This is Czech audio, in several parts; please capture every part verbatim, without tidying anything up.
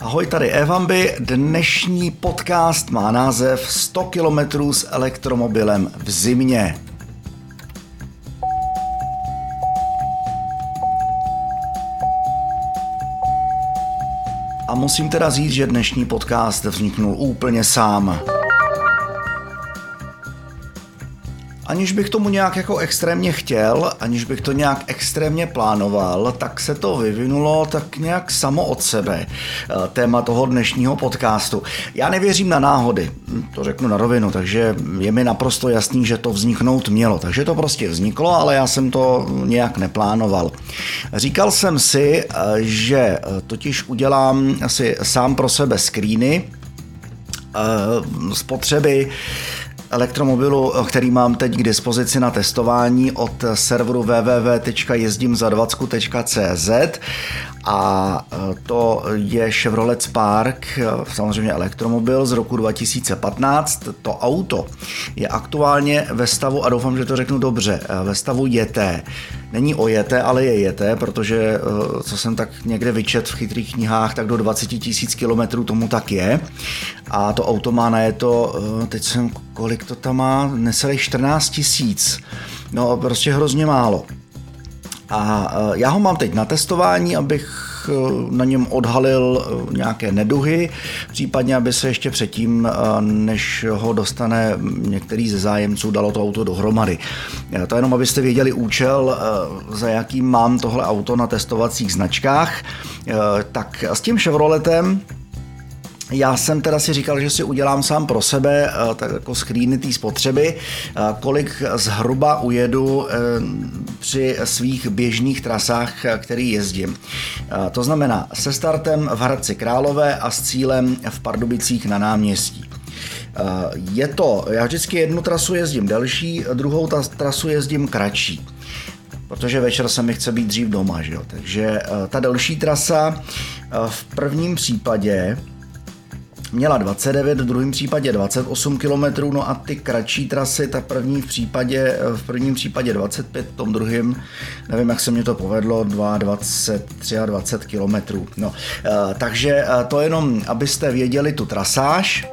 Ahoj, tady Evambi. Dnešní podcast má název sto kilometrů s elektromobilem v zimě. A musím teda říct, že dnešní podcast vzniknul úplně sám. Aniž bych tomu nějak jako extrémně chtěl, aniž bych to nějak extrémně plánoval, tak se to vyvinulo tak nějak samo od sebe, téma toho dnešního podcastu. Já nevěřím na náhody, to řeknu na rovinu, takže je mi naprosto jasný, že to vzniknout mělo. Takže to prostě vzniklo, ale já jsem to nějak neplánoval. Říkal jsem si, že totiž udělám asi sám pro sebe screeny spotřeby elektromobilu, který mám teď k dispozici na testování od serveru w w w tečka jezdím za dvacku tečka c z a to je Chevrolet Spark, samozřejmě elektromobil z roku dva tisíce patnáct. To auto je aktuálně ve stavu, a doufám, že to řeknu dobře, ve stavu J T. Není ojeté, ale je jeté, protože co jsem tak někde vyčet v chytrých knihách, tak do dvacet tisíc kilometrů tomu tak je. A to auto má najeto, teď jsem, kolik to tam má, necelých čtrnáct tisíc. No prostě hrozně málo. A já ho mám teď na testování, abych na něm odhalil nějaké neduhy, případně aby se ještě předtím, než ho dostane některý ze zájemců, dalo to auto dohromady. To jenom, abyste věděli účel, za jakým mám tohle auto na testovacích značkách. Tak s tím Chevroletem já jsem teda si říkal, že si udělám sám pro sebe tak jako screeny té spotřeby, kolik zhruba ujedu při svých běžných trasách, který jezdím. To znamená se startem v Hradci Králové a s cílem v Pardubicích na náměstí. Je to, já vždycky jednu trasu jezdím delší, druhou ta trasu jezdím kratší, protože večer se mi chce být dřív doma, že jo? Takže ta delší trasa v prvním případě měla dvacet devět, v druhém případě dvacet osm kilometrů, no a ty kratší trasy, ta první v případě, v prvním případě dvacet pět, v tom druhém, nevím, jak se mě to povedlo, dvacet dva, dvacet tři kilometrů. No, takže to jenom, abyste věděli tu trasáž.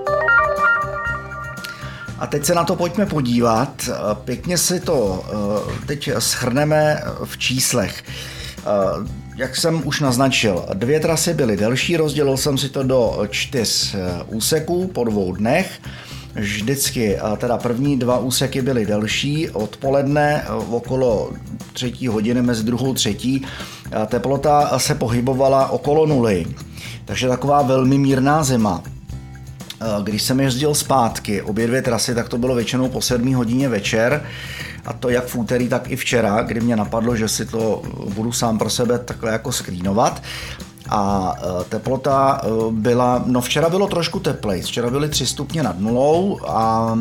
A teď se na to pojďme podívat, pěkně si to teď shrneme v číslech. Jak jsem už naznačil, dvě trasy byly delší, rozdělil jsem si to do čtyř úseků po dvou dnech. Vždycky teda první dva úseky byly delší, odpoledne okolo třetí hodiny, mezi druhou třetí, teplota se pohybovala okolo nuly, takže taková velmi mírná zima. Když jsem jezdil zpátky, obě dvě trasy, tak to bylo většinou po sedmé hodině večer, a to jak v úterý, tak i včera, kdy mě napadlo, že si to budu sám pro sebe takhle jako skrýnovat. A teplota byla, no včera bylo trošku teplejc, včera byly tři stupně nad nulou a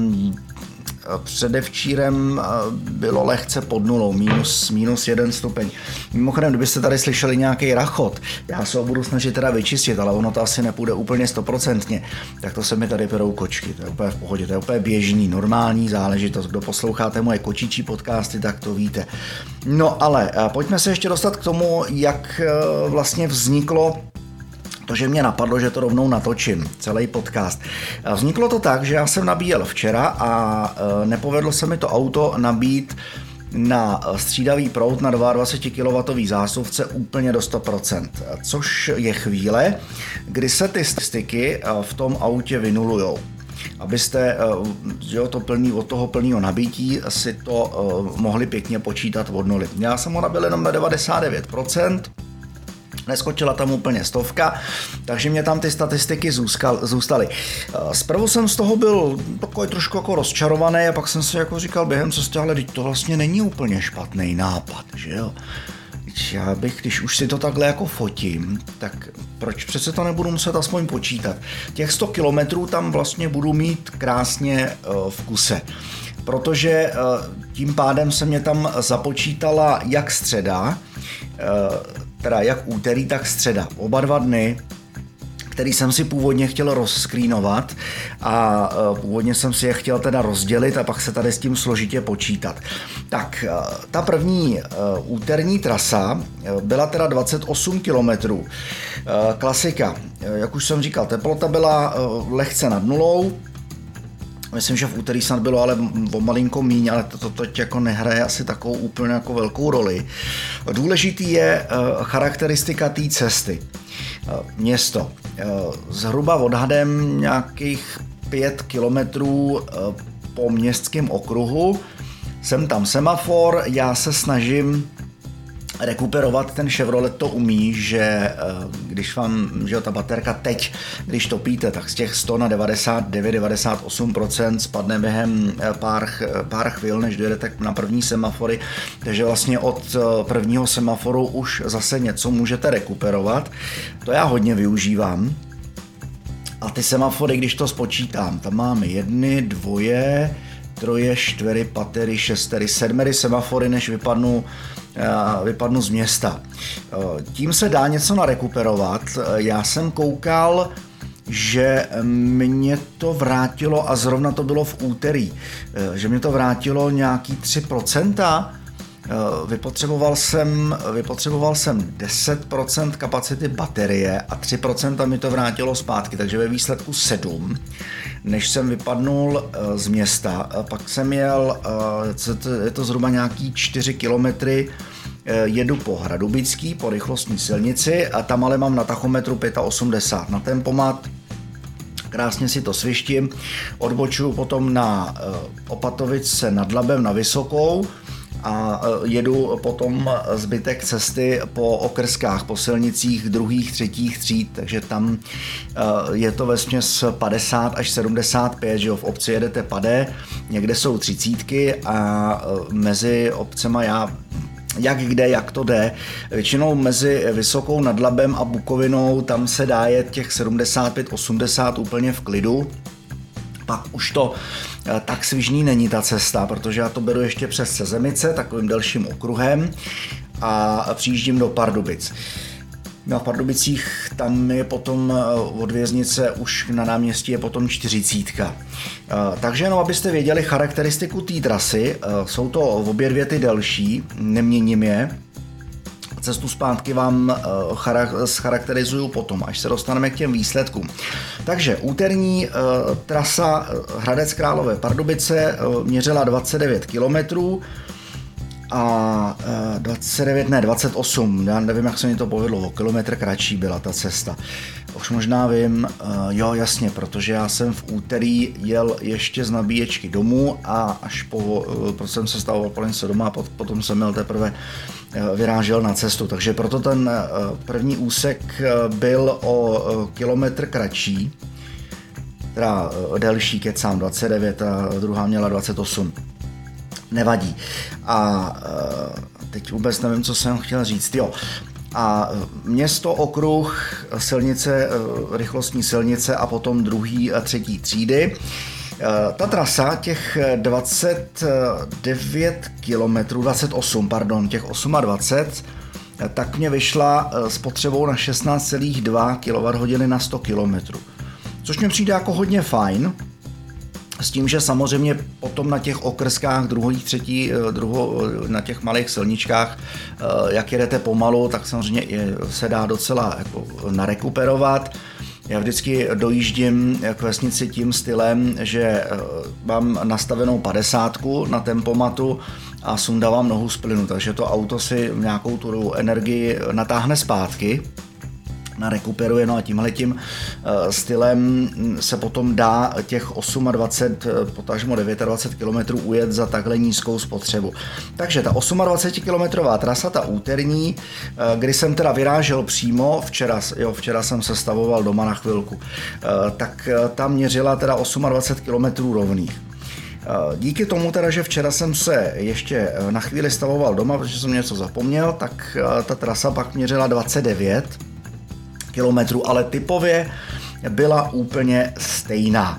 předevčírem bylo lehce pod nulou, minus, minus jeden stupeň. Mimochodem, kdybyste tady slyšeli nějaký rachot, já se ho budu snažit teda vyčistit, ale ono to asi nepůjde úplně stoprocentně, tak to se mi tady perou kočky, to je úplně v pohodě, to je úplně běžný, normální záležitost. Kdo posloucháte moje kočičí podcasty, tak to víte. No ale pojďme se ještě dostat k tomu, jak vlastně vzniklo to, že mě napadlo, že to rovnou natočím, celý podcast. Vzniklo to tak, že já jsem nabíjel včera a nepovedlo se mi to auto nabít na střídavý proud na dvacet dva kilowattů zásuvce úplně do sto procent, což je chvíle, kdy se ty styky v tom autě vynulujou. Abyste jo, to plný, od toho plného nabití si to mohli pěkně počítat od nuly. Já jsem ho nabil jenom na devadesát devět procent, neskočila tam úplně stovka, takže mě tam ty statistiky zůstaly. Zprvu jsem z toho byl takový trošku jako rozčarovaný a pak jsem si jako říkal během cesty, ale to vlastně není úplně špatný nápad, že jo? Já bych, když už si to takhle jako fotím, tak proč přece to nebudu muset aspoň počítat? Těch sto kilometrů tam vlastně budu mít krásně v kuse, protože tím pádem se mě tam započítala jak středa, teda jak úterý, tak středa. Oba dva dny, který jsem si původně chtěl rozskrínovat a původně jsem si je chtěl teda rozdělit a pak se tady s tím složitě počítat. Tak, ta první úterní trasa byla teda dvacet osm kilometrů. Klasika, jak už jsem říkal, teplota byla lehce nad nulou. Myslím, že v úterý snad bylo ale o malinko míň, ale to teď jako nehraje asi takovou úplně jako velkou roli. Důležitý je charakteristika té cesty. Město. Zhruba odhadem nějakých pět kilometrů po městském okruhu. Jsem tam semafor, já se snažím rekuperovat, ten Chevrolet to umí, že když vám, že ta baterka teď, když topíte, tak z těch sto na devadesát devět devadesát osm procent spadne během pár, pár chvil, než dojedete na první semafory, takže vlastně od prvního semaforu už zase něco můžete rekuperovat. To já hodně využívám. A ty semafory, když to spočítám, tam máme jedny, dvoje, troje, čtyři, patery, šestery, sedmery semafory, než vypadnu, vypadnu z města. Tím se dá něco narekuperovat. Já jsem koukal, že mě to vrátilo, a zrovna to bylo v úterý, že mě to vrátilo nějaký tři procenta. Vypotřeboval jsem, vypotřeboval jsem deset procent kapacity baterie a tři procenta mi to vrátilo zpátky, takže ve výsledku sedm, než jsem vypadnul z města. Pak jsem jel, je to zhruba nějaký čtyři kilometry, jedu po Hradubický, po rychlostní silnici a tam ale mám na tachometru osmdesát pět na tempomat. Krásně si to svištím, odbočuju potom na Opatovice nad Labem na Vysokou a jedu potom zbytek cesty po okrskách, po silnicích druhých, třetích tříd, takže tam je to vesměs padesát až sedmdesát pět, že jo, v obci jedete padé, někde jsou třicítky a mezi obcema já jak kde, jak to jde. Většinou mezi Vysokou nad Labem a Bukovinou tam se dá jet těch sedmdesát pět osmdesát úplně v klidu. Pak už to tak svižný není ta cesta, protože já to beru ještě přes Sezemice, takovým delším okruhem a přijíždím do Pardubic. Na Pardubicích tam je potom od věznice už na náměstí je potom čtyřicítka. Takže jenom abyste věděli charakteristiku té trasy, jsou to obě dvě ty delší, neměním je. Cestu zpátky vám scharakterizuju potom, až se dostaneme k těm výsledkům. Takže úterní trasa Hradec Králové Pardubice měřila dvacet devět kilometrů a dvacet devět, ne, dvacet osm, já nevím, jak se mi to povedlo, o kilometr kratší byla ta cesta. Už možná vím, jo, jasně, protože já jsem v úterý jel ještě z nabíječky domů a až po, protože jsem se stavoval po něco doma a potom jsem měl teprve vyrážel na cestu, takže proto ten první úsek byl o kilometr kratší, teda delší, kecám dvacet devět a druhá měla dvacet osm. Nevadí. A teď vůbec nevím, co jsem chtěl říct. Jo. A město, okruh, silnice, rychlostní silnice a potom druhý a třetí třídy. Ta trasa, těch dvacet devět kilometrů, dvacet osm, pardon, těch dvacet osm, tak mě vyšla s potřebou na šestnáct celá dva kilowatthodiny na sto kilometrů. Což mě přijde jako hodně fajn. S tím, že samozřejmě potom na těch okrskách druhý, třetí, druho, na těch malých silničkách, jak jedete pomalu, tak samozřejmě se dá docela jako narekuperovat. Já vždycky dojíždím k vesnici tím stylem, že mám nastavenou padesátku na tempomatu a sundávám nohu z plynu, takže to auto si nějakou tu energii natáhne zpátky, narekuperuje, no a tímhletím stylem se potom dá těch dvacet osm, potažmo dvacet devět kilometrů ujet za takhle nízkou spotřebu. Takže ta dvacet osm kilometrová trasa, ta úterní, kdy jsem teda vyrážel přímo, včera, jo, včera jsem se stavoval doma na chvilku, tak tam měřila teda dvacet osm kilometrů rovných. Díky tomu teda, že včera jsem se ještě na chvíli stavoval doma, protože jsem něco zapomněl, tak ta trasa pak měřila dvacet devět kilometrů, ale typově byla úplně stejná.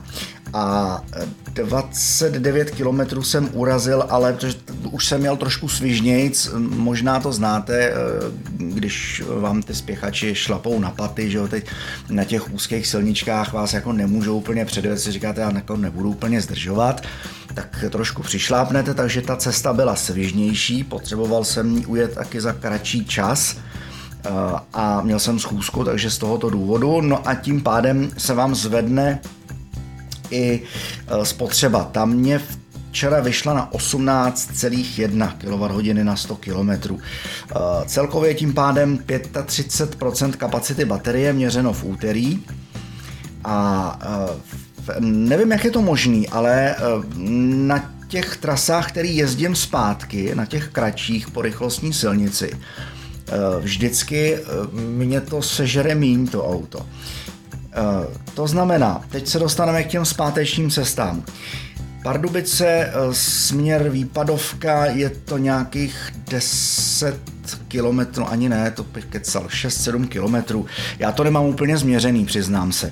a dvacet devět kilometrů jsem urazil, ale už jsem měl trošku svižnějc, možná to znáte, když vám ty spěchači šlapou na paty, že jo, teď na těch úzkých silničkách vás jako nemůžou úplně předjet, si říkáte, já jako nebudu úplně zdržovat, tak trošku přišlápnete, takže ta cesta byla svižnější, potřeboval jsem ji ujet taky za kratší čas, a měl jsem schůzku, takže z tohoto důvodu, no a tím pádem se vám zvedne i spotřeba. Ta mě včera vyšla na osmnáct celá jedna kilowatthodin na sto kilometrů. Celkově tím pádem třicet pět procent kapacity baterie měřeno v úterý a nevím, jak je to možný, ale na těch trasách, který jezdím zpátky, na těch kratších po rychlostní silnici, vždycky mě to sežere míň to auto. To znamená, teď se dostaneme k těm zpátečním cestám. Pardubice, směr Výpadovka, je to nějakých deset kilometrů, ani ne, to bych kecal, šest sedm kilometrů. Já to nemám úplně změřený, přiznám se.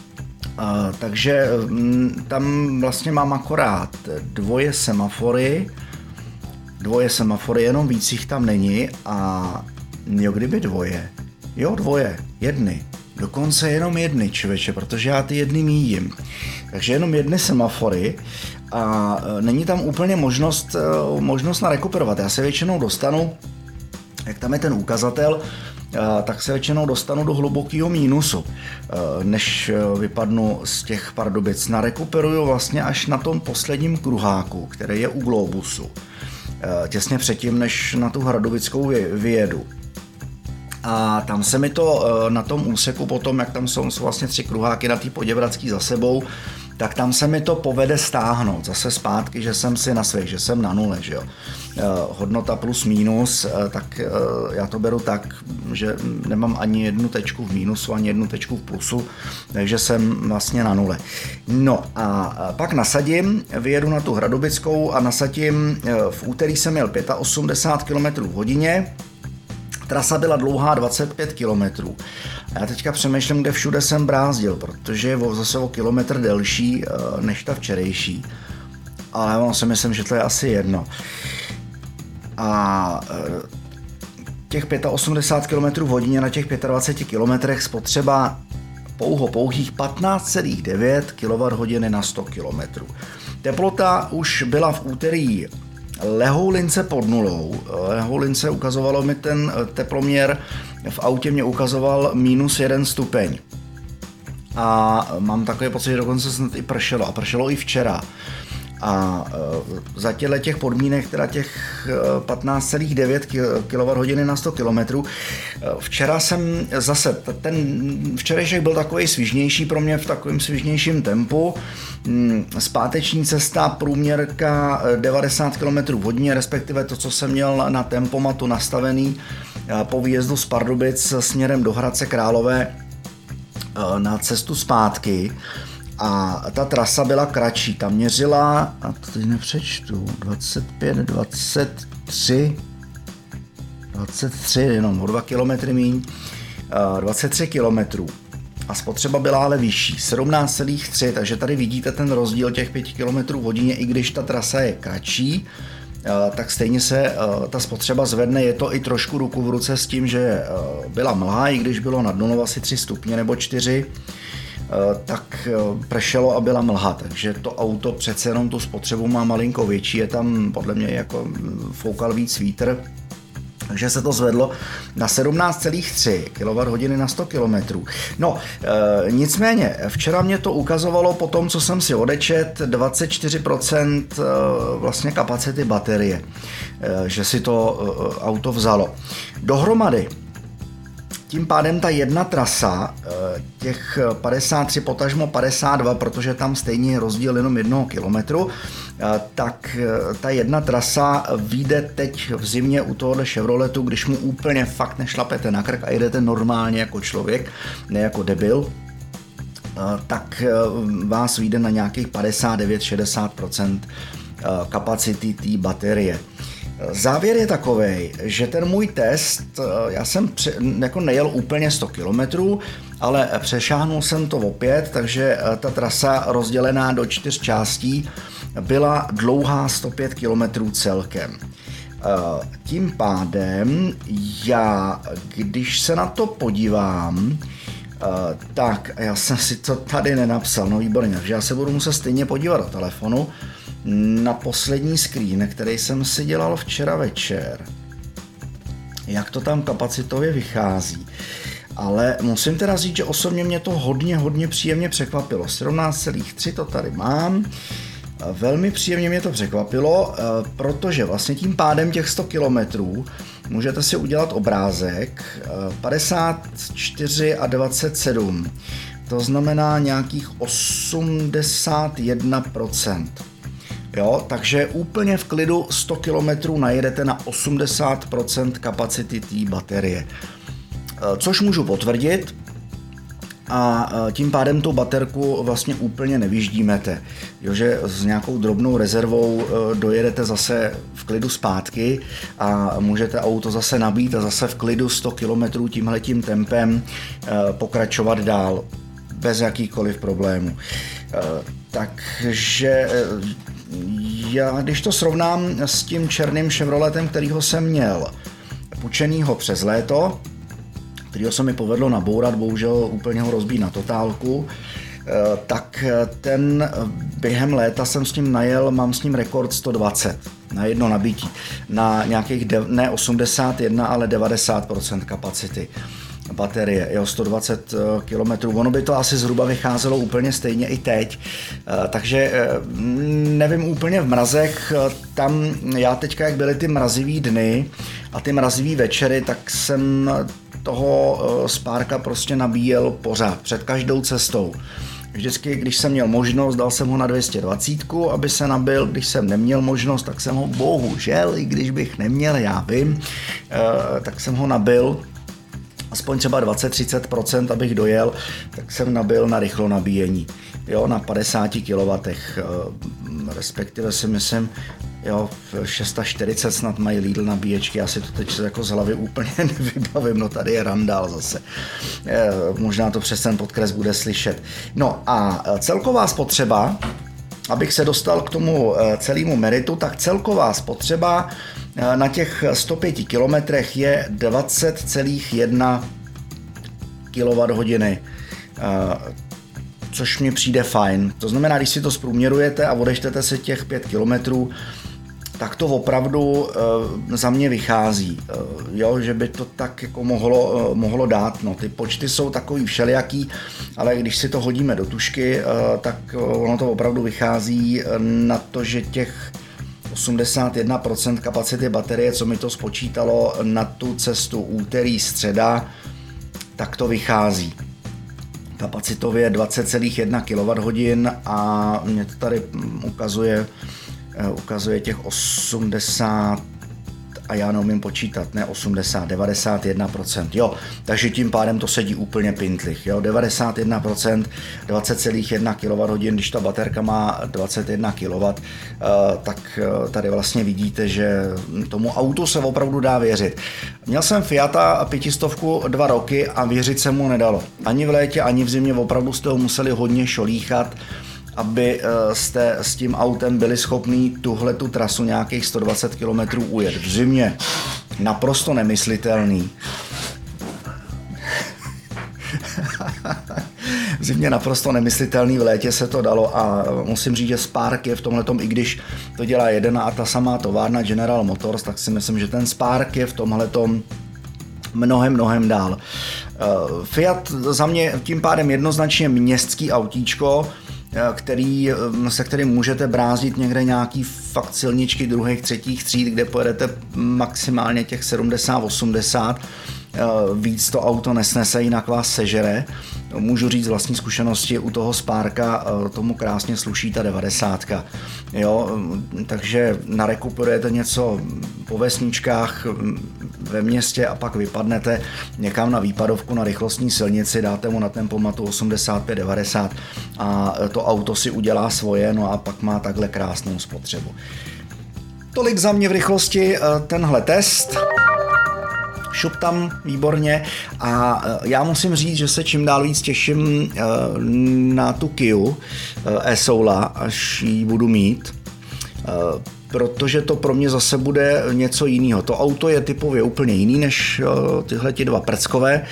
Takže tam vlastně mám akorát dvoje semafory, dvoje semafory, jenom víc jich tam není a jo, kdyby dvoje, jo dvoje, jedny, dokonce jenom jedny, člověče, protože já ty jedny míjím. Takže jenom jedny semafory a není tam úplně možnost, možnost narekuperovat. Já se většinou dostanu, jak tam je ten ukazatel, tak se většinou dostanu do hlubokého mínusu, než vypadnu z těch Pardubic. Narekuperuju vlastně až na tom posledním kruháku, který je u Globusu. Těsně předtím, než na tu Hradovickou vyjedu. A tam se mi to na tom úseku potom, jak tam jsou, jsou vlastně tři kruháky na té Poděbradský za sebou, tak tam se mi to povede stáhnout zase zpátky, že jsem si na svých, že jsem na nule, že jo. Hodnota plus minus, tak já to beru tak, že nemám ani jednu tečku v mínusu, ani jednu tečku v plusu, takže jsem vlastně na nule. No a pak nasadím, vyjedu na tu Hradobickou a nasadím, v úterý jsem měl osmdesát pět kilometrů v hodině, trasa byla dlouhá dvacet pět kilometrů. A já teďka přemýšlím, kde všude jsem brázdil, protože je zase o kilometr delší než ta včerejší. Ale ono si myslím, že to je asi jedno. A těch osmdesát pět kilometrů v hodině na těch dvacet pět kilometrech spotřeba pouho pouhých patnáct celá devět kilowatthodin na sto kilometrů. Teplota už byla v úterý lehou lince pod nulou. Lehou lince ukazovalo mi ten teploměr, v autě mě ukazoval minus jeden stupeň. A mám takový pocit, že dokonce snad i pršelo. A pršelo i včera. A za těchto těch podmínek, teda těch patnáct celá devět kilowatthodin na sto kilometrů, včera jsem zase, ten včerejšek byl takový svižnější pro mě v takovém svižnějším tempu. Zpáteční cesta, průměrka devadesát kilometrů v hodině, respektive to, co jsem měl na tempomatu nastavený po výjezdu z Pardubic směrem do Hradce Králové na cestu zpátky. A ta trasa byla kratší, ta měřila, a to teď nepřečtu, dvacet pět, dvacet tři, dvacet tři, jenom o dva kilometry míň, dvacet tři kilometrů. A spotřeba byla ale vyšší, sedmnáct celá tři, takže tady vidíte ten rozdíl těch pět kilometrů v hodině, i když ta trasa je kratší, tak stejně se ta spotřeba zvedne, je to i trošku ruku v ruce s tím, že byla mlha, i když bylo nad nulou asi tři stupně nebo čtyři, tak pršelo a byla mlha, takže to auto přece jenom tu spotřebu má malinko větší, je tam podle mě jako foukal víc vítr, takže se to zvedlo na sedmnáct celá tři kilowatthodin na sto kilometrů. No, e, nicméně, včera mě to ukazovalo po tom, co jsem si odečet, dvacet čtyři procent vlastně kapacity baterie, e, že si to e, auto vzalo. Dohromady tím pádem ta jedna trasa, těch padesát tři potažmo padesát dva, protože tam stejně je rozdíl jenom jednoho kilometru, tak ta jedna trasa vyjde teď v zimě u tohohle Chevroletu, když mu úplně fakt nešlapete na krk a jedete normálně jako člověk, ne jako debil, tak vás vyjde na nějakých padesát devět až šedesát procent kapacity té baterie. Závěr je takovej, že ten můj test, já jsem jako nejel úplně sto kilometrů, ale přešáhnul jsem to opět, takže ta trasa rozdělená do čtyř částí byla dlouhá sto pět kilometrů celkem. Tím pádem já, když se na to podívám, tak já jsem si to tady nenapsal, no výborně, takže já se budu muset stejně podívat do telefonu na poslední screen, který jsem si dělal včera večer, jak to tam kapacitově vychází. Ale musím teda říct, že osobně mě to hodně, hodně příjemně překvapilo. sedmnáct celá tři to tady mám. Velmi příjemně mě to překvapilo, protože vlastně tím pádem těch sto kilometrů můžete si udělat obrázek padesát čtyři a dvacet sedm. To znamená nějakých osmdesát jedna procent. Jo, takže úplně v klidu sto kilometrů najedete na osmdesát procent kapacity té baterie. Což můžu potvrdit a tím pádem tu baterku vlastně úplně nevyždímete. Jo, že s nějakou drobnou rezervou dojedete zase v klidu zpátky a můžete auto zase nabít a zase v klidu sto kilometrů tímhletím tempem pokračovat dál bez jakýchkoliv problémů. Takže já, když to srovnám s tím černým Chevroletem, kterýho jsem měl půjčenýho přes léto, kterýho se mi povedlo nabourat, bohužel úplně ho rozbít na totálku, tak ten během léta jsem s ním najel, mám s ním rekord sto dvacet na jedno nabití, na nějakých ne osmdesát jedna, ale devadesát procent kapacity baterie, jo, sto dvacet kilometrů. Ono by to asi zhruba vycházelo úplně stejně i teď, takže nevím úplně v mrazech, tam já teďka, jak byly ty mrazivý dny a ty mrazivý večery, tak jsem toho Sparka prostě nabíjel pořád, před každou cestou. Vždycky, když jsem měl možnost, dal jsem ho na dvě stě dvacet, aby se nabil, když jsem neměl možnost, tak jsem ho bohužel, i když bych neměl, já vím, tak jsem ho nabil aspoň třeba dvacet až třicet procent, abych dojel, tak jsem nabil na rychlo nabíjení, jo, na padesát kilowattů, respektive si myslím, jo, v šest čtyřicet snad mají Lidl nabíječky, já si to teď jako z hlavy úplně nevybavím, no tady je randál zase, e, možná to přes ten podkres bude slyšet. No a celková spotřeba, abych se dostal k tomu celému meritu, tak celková spotřeba na těch sto pět kilometrech je dvacet celá jedna kilowatthodin, což mi přijde fajn. To znamená, když si to zprůměrujete a odečtete si těch pět kilometrů, tak to opravdu za mě vychází, jo, že by to tak jako mohlo, mohlo dát. No, ty počty jsou takový všelijaký, ale když si to hodíme do tušky, tak ono to opravdu vychází na to, že těch osmdesát jedna procent kapacity baterie, co mi to spočítalo na tu cestu úterý, středa, tak to vychází. Kapacitově dvacet celá jedna kilowatthodin a mě to tady ukazuje, ukazuje těch osmdesát, a já neumím počítat, ne osmdesát, devadesát jedna procent, jo, takže tím pádem to sedí úplně pintlich, jo, devadesát jedna procent, dvacet celá jedna kilowatthodin, když ta baterka má dvacet jedna kilowattů, tak tady vlastně vidíte, že tomu autu se opravdu dá věřit. Měl jsem Fiata pětistovku dva roky a věřit se mu nedalo. Ani v létě, ani v zimě opravdu jste ho museli hodně šolíchat, aby jste s tím autem byli schopní tuhletu trasu nějakých sto dvacet kilometrů ujet. V zimě naprosto nemyslitelný. V zimě naprosto nemyslitelný, v létě se to dalo a musím říct, že Spark je v tomhletom, i když to dělá jedna a ta samá továrna General Motors, tak si myslím, že ten Spark je v tomhletom mnohem, mnohem dál. Fiat za mě tím pádem jednoznačně městský autíčko, který, se kterým můžete brázdit někde nějaký fakt silničky druhých, třetích tříd, kde pojedete maximálně těch sedmdesát osmdesát, víc to auto nesnese, jinak vás sežere. Můžu říct z vlastní zkušenosti, u toho Sparka tomu krásně sluší ta devadesátka. Jo, takže narekuperujete něco po vesničkách ve městě a pak vypadnete někam na výpadovku na rychlostní silnici, dáte mu na tempomatu osmdesát pět devadesát a to auto si udělá svoje, no a pak má takhle krásnou spotřebu. Tolik za mě v rychlosti tenhle test. šup tam výborně a já musím říct, že se čím dál víc těším na tu Kia e-Soula, až ji budu mít, protože to pro mě zase bude něco jiného. To auto je typově úplně jiný než tyhle ty dva prckové,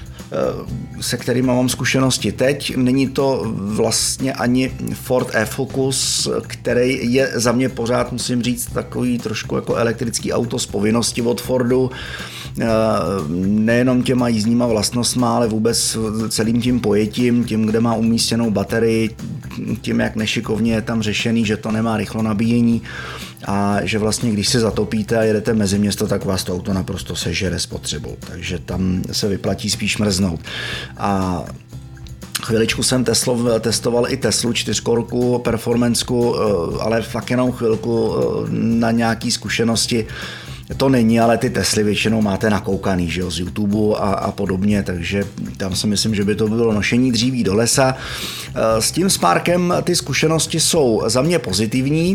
se kterými mám zkušenosti teď. Není to vlastně ani Ford E-Focus, který je za mě pořád, musím říct, takový trošku jako elektrický auto z povinnosti od Fordu. Nejenom těma jízdníma vlastnostma, ale vůbec celým tím pojetím, tím, kde má umístěnou baterii, tím, jak nešikovně je tam řešený, že to nemá rychlo nabíjení a že vlastně, když se zatopíte a jedete mezi město, tak vás to auto naprosto sežere spotřebou. Takže tam se vyplatí spíš mrznout. A chviličku jsem Teslo, testoval i Teslu čtyřkorku, performanceku, ale fakt jenom chvilku na nějaký zkušenosti. To není, ale ty Tesly většinou máte nakoukaný, že jo, z YouTube a, a podobně, takže tam si myslím, že by to bylo nošení dříví do lesa. S tím Sparkem ty zkušenosti jsou za mě pozitivní,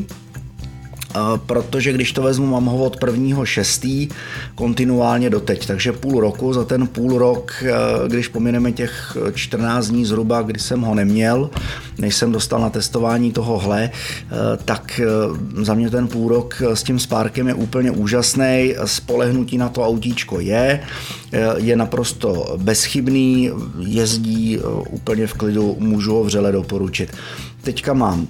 protože když to vezmu, mám ho od prvního šestý kontinuálně doteď, takže půl roku, za ten půl rok, když pomineme těch čtrnáct dní zhruba, kdy jsem ho neměl, než jsem dostal na testování tohohle, tak za mě ten půl rok s tím Sparkem je úplně úžasný, spolehnutí na to autíčko je, je naprosto bezchybný, jezdí úplně v klidu, můžu ho vřele doporučit. Teďka mám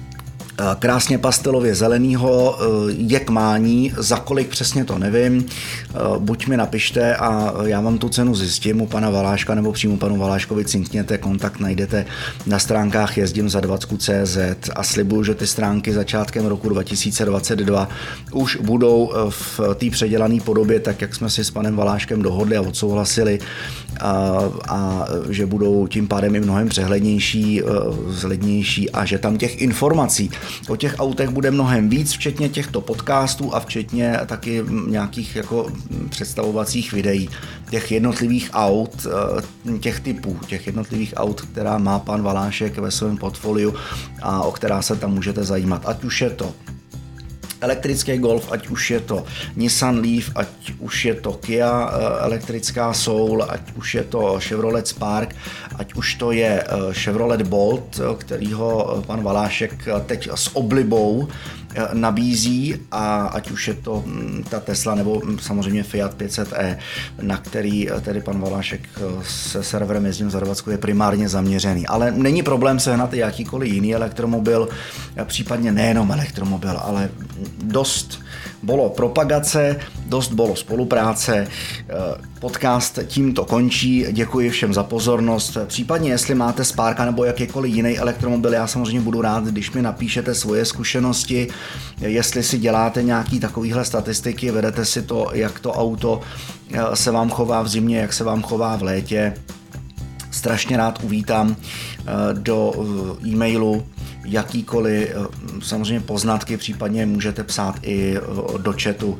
krásně pastelově zelenýho, je k mání, za kolik přesně to nevím, buď mi napište a já vám tu cenu zjistím u pana Valáška nebo přímo panu Valáškovi cinkněte, kontakt najdete na stránkách jezdím za dvacku tečka cé zet a slibuju, že ty stránky začátkem roku dva tisíce dvacet dva už budou v té předělané podobě, tak jak jsme si s panem Valáškem dohodli a odsouhlasili a, a že budou tím pádem i mnohem přehlednější, zhlednější a že tam těch informací o těch autech bude mnohem víc, včetně těchto podcastů a včetně taky nějakých jako představovacích videí těch jednotlivých aut, těch typů, těch jednotlivých aut, která má pan Valášek ve svém portfoliu a o která se tam můžete zajímat. Ať už je to elektrický Golf, ať už je to Nissan Leaf, ať už je to Kia elektrická Soul, ať už je to Chevrolet Spark, ať už to je Chevrolet Bolt, kterýho pan Valášek teď s oblibou nabízí, a ať už je to ta Tesla nebo samozřejmě Fiat pět set e, na který tedy pan Valášek se serverem Jezdím za dvacku je primárně zaměřený. Ale není problém sehnat i jakýkoliv jiný elektromobil, případně nejenom elektromobil, ale dost bylo propagace, dost bylo spolupráce. Podcast tímto končí, děkuji všem za pozornost. Případně jestli máte Sparka nebo jakýkoliv jiný elektromobil, já samozřejmě budu rád, když mi napíšete svoje zkušenosti, jestli si děláte nějaký takovýhle statistiky, vedete si to, jak to auto se vám chová v zimě, jak se vám chová v létě. Strašně rád uvítám do e-mailu jakýkoliv samozřejmě poznatky, případně můžete psát i do chatu,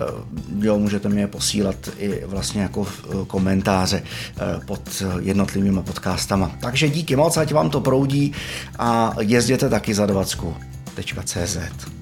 jo, můžete mě posílat i vlastně jako komentáře pod jednotlivými podcastama. Takže díky moc, ať vám to proudí a jezděte taky za dvacku tečka cé zet.